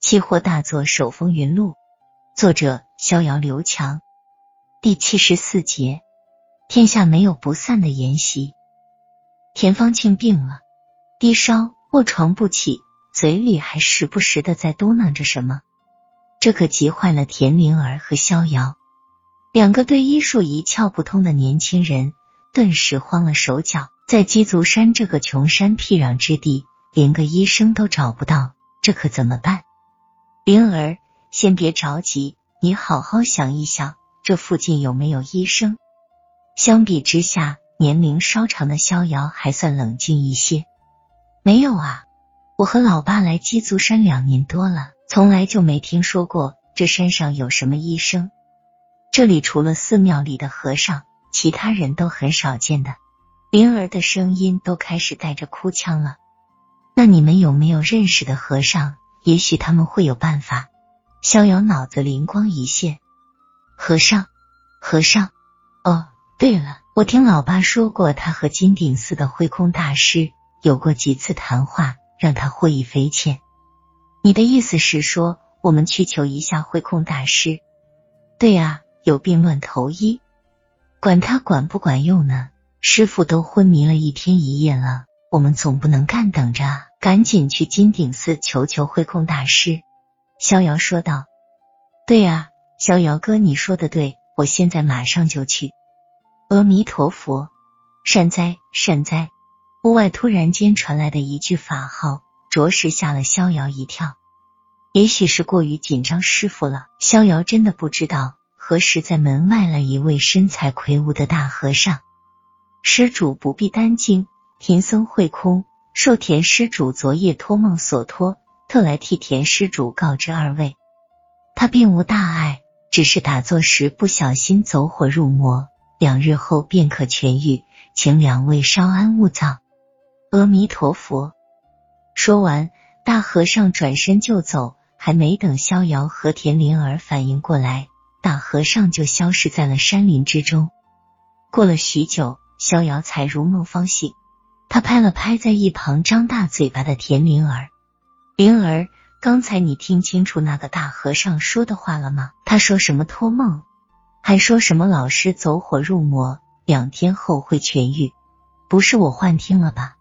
期货大作手风云录，作者逍遥刘强。第74节，天下没有不散的筵席。田方庆病了，低烧，卧床不起，嘴里还时不时的在嘟囔着什么。这可急坏了田灵儿和逍遥，两个对医术一窍不通的年轻人顿时慌了手脚。在鸡足山这个穷山僻壤之地，连个医生都找不到，这可怎么办？灵儿，先别着急，你好好想一想，这附近有没有医生？相比之下，年龄稍长的逍遥还算冷静一些。没有啊，我和老爸来鸡足山2年多了，从来就没听说过这山上有什么医生。这里除了寺庙里的和尚，其他人都很少见的。灵儿的声音都开始带着哭腔了。那你们有没有认识的和尚？也许他们会有办法。逍遥脑子灵光一现，和尚，哦，对了，我听老爸说过，他和金顶寺的慧空大师有过几次谈话，让他获益匪浅。你的意思是说，我们去求一下慧空大师？对啊，有病乱投医，管他管不管用呢？师父都昏迷了1天1夜了，我们总不能干等着啊，赶紧去金顶寺求求慧空大师。逍遥说道。对啊，逍遥哥，你说的对，我现在马上就去。阿弥陀佛，善哉善哉。屋外突然间传来的一句法号，着实吓了逍遥一跳。也许是过于紧张师父了，逍遥真的不知道何时在门外了一位身材魁梧的大和尚。施主不必担惊，贫僧慧空，受田施主昨夜托梦所托，特来替田施主告知二位。他并无大碍，只是打坐时不小心走火入魔，2日后便可痊愈，请2位稍安勿躁。阿弥陀佛。说完，大和尚转身就走，还没等逍遥和田灵儿反应过来，大和尚就消失在了山林之中。过了许久，逍遥才如梦方醒，他拍了拍在一旁张大嘴巴的田灵儿。灵儿，刚才你听清楚那个大和尚说的话了吗？他说什么托梦，还说什么老师走火入魔，2天后会痊愈，不是我幻听了吧？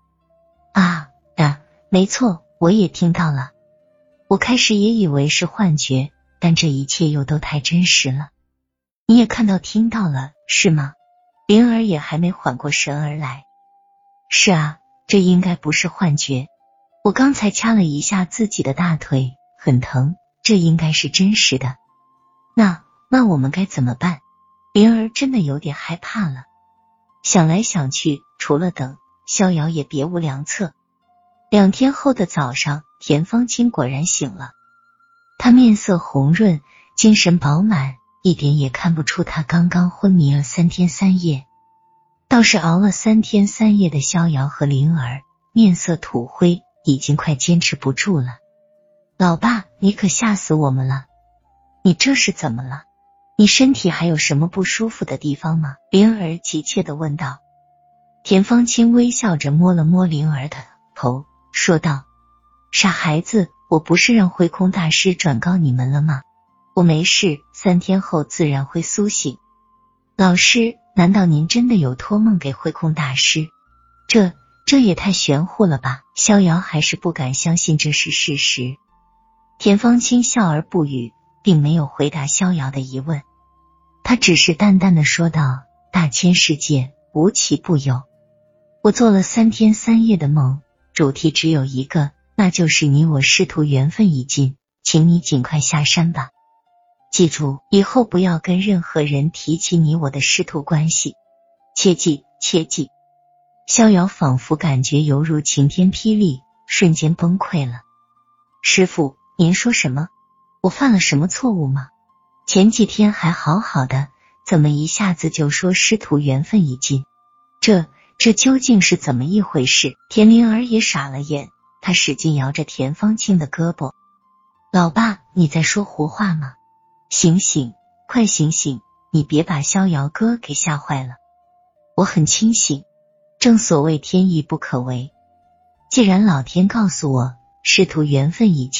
没错，我也听到了。我开始也以为是幻觉，但这一切又都太真实了。你也看到听到了，是吗？灵儿也还没缓过神儿来。是啊，这应该不是幻觉。我刚才掐了一下自己的大腿，很疼，这应该是真实的。那我们该怎么办？灵儿真的有点害怕了。想来想去，除了等，逍遥也别无良策。2天后的早上，田方清果然醒了。他面色红润，精神饱满，一点也看不出他刚刚昏迷了3天3夜。倒是熬了3天3夜的逍遥和灵儿，面色土灰，已经快坚持不住了。老爸，你可吓死我们了！你这是怎么了？你身体还有什么不舒服的地方吗？灵儿急切地问道。田方清微笑着摸了摸灵儿的头，说道：傻孩子，我不是让慧空大师转告你们了吗？我没事，3天后自然会苏醒。老师，难道您真的有托梦给慧空大师？这也太玄乎了吧！逍遥还是不敢相信这是事实。田方清笑而不语，并没有回答逍遥的疑问，他只是淡淡的说道：大千世界，无奇不有。我做了3天3夜的梦，主题只有一个，那就是你我师徒缘分已尽，请你尽快下山吧。记住，以后不要跟任何人提起你我的师徒关系，切记切记。逍遥仿佛感觉犹如晴天霹雳，瞬间崩溃了。师父，您说什么？我犯了什么错误吗？前几天还好好的，怎么一下子就说师徒缘分已尽？这究竟是怎么一回事？田灵儿也傻了眼，她使劲摇着田方清的胳膊。老爸，你在说胡话吗？醒醒，快醒醒，你别把逍遥哥给吓坏了。我很清醒，正所谓天意不可违。既然老天告诉我师徒缘分已尽，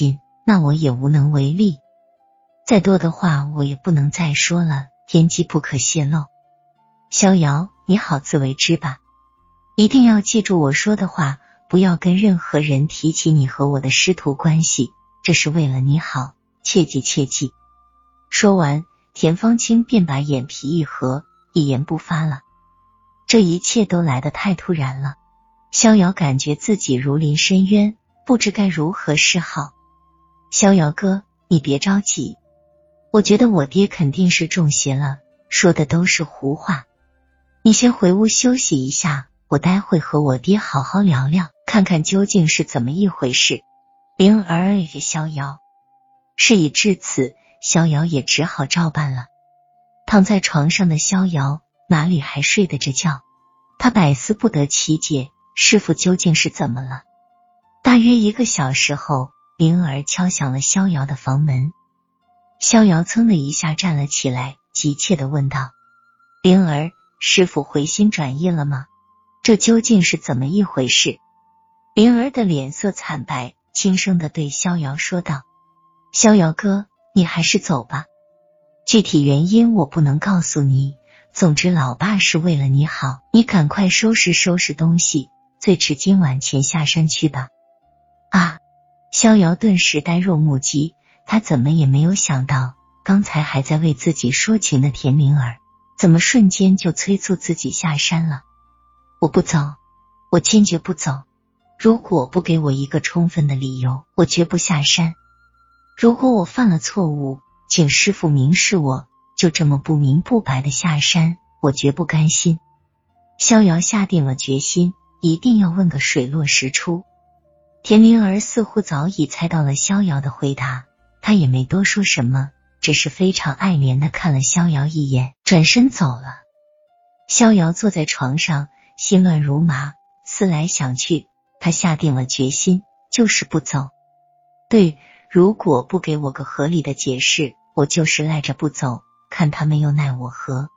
那我也无能为力。再多的话我也不能再说了，天机不可泄露。逍遥，你好自为之吧，一定要记住我说的话，不要跟任何人提起你和我的师徒关系，这是为了你好，切记切记。说完，田芳清便把眼皮一合，一言不发了。这一切都来得太突然了，逍遥感觉自己如临深渊，不知该如何是好。逍遥哥，你别着急，我觉得我爹肯定是中邪了，说的都是胡话。你先回屋休息一下，我待会和我爹好好聊聊，看看究竟是怎么一回事。灵儿也逍遥。事已至此，逍遥也只好照办了。躺在床上的逍遥哪里还睡得着觉，他百思不得其解，师父究竟是怎么了。大约1个小时后，灵儿敲响了逍遥的房门。逍遥噌的一下站了起来，急切地问道：灵儿，师父回心转意了吗？这究竟是怎么一回事？灵儿的脸色惨白，轻声地对逍遥说道：逍遥哥，你还是走吧，具体原因我不能告诉你，总之老爸是为了你好，你赶快收拾收拾东西，最迟今晚前下山去吧。啊！逍遥顿时呆若木鸡，他怎么也没有想到，刚才还在为自己说情的田灵儿，怎么瞬间就催促自己下山了。我不走，我坚决不走，如果不给我一个充分的理由，我绝不下山。如果我犯了错误，请师父明示我，就这么不明不白的下山，我绝不甘心。逍遥下定了决心，一定要问个水落石出。田灵儿似乎早已猜到了逍遥的回答，他也没多说什么，只是非常爱怜地看了逍遥一眼，转身走了。逍遥坐在床上，心乱如麻，思来想去，他下定了决心，就是不走。对，如果不给我个合理的解释，我就是赖着不走，看他们又奈我何。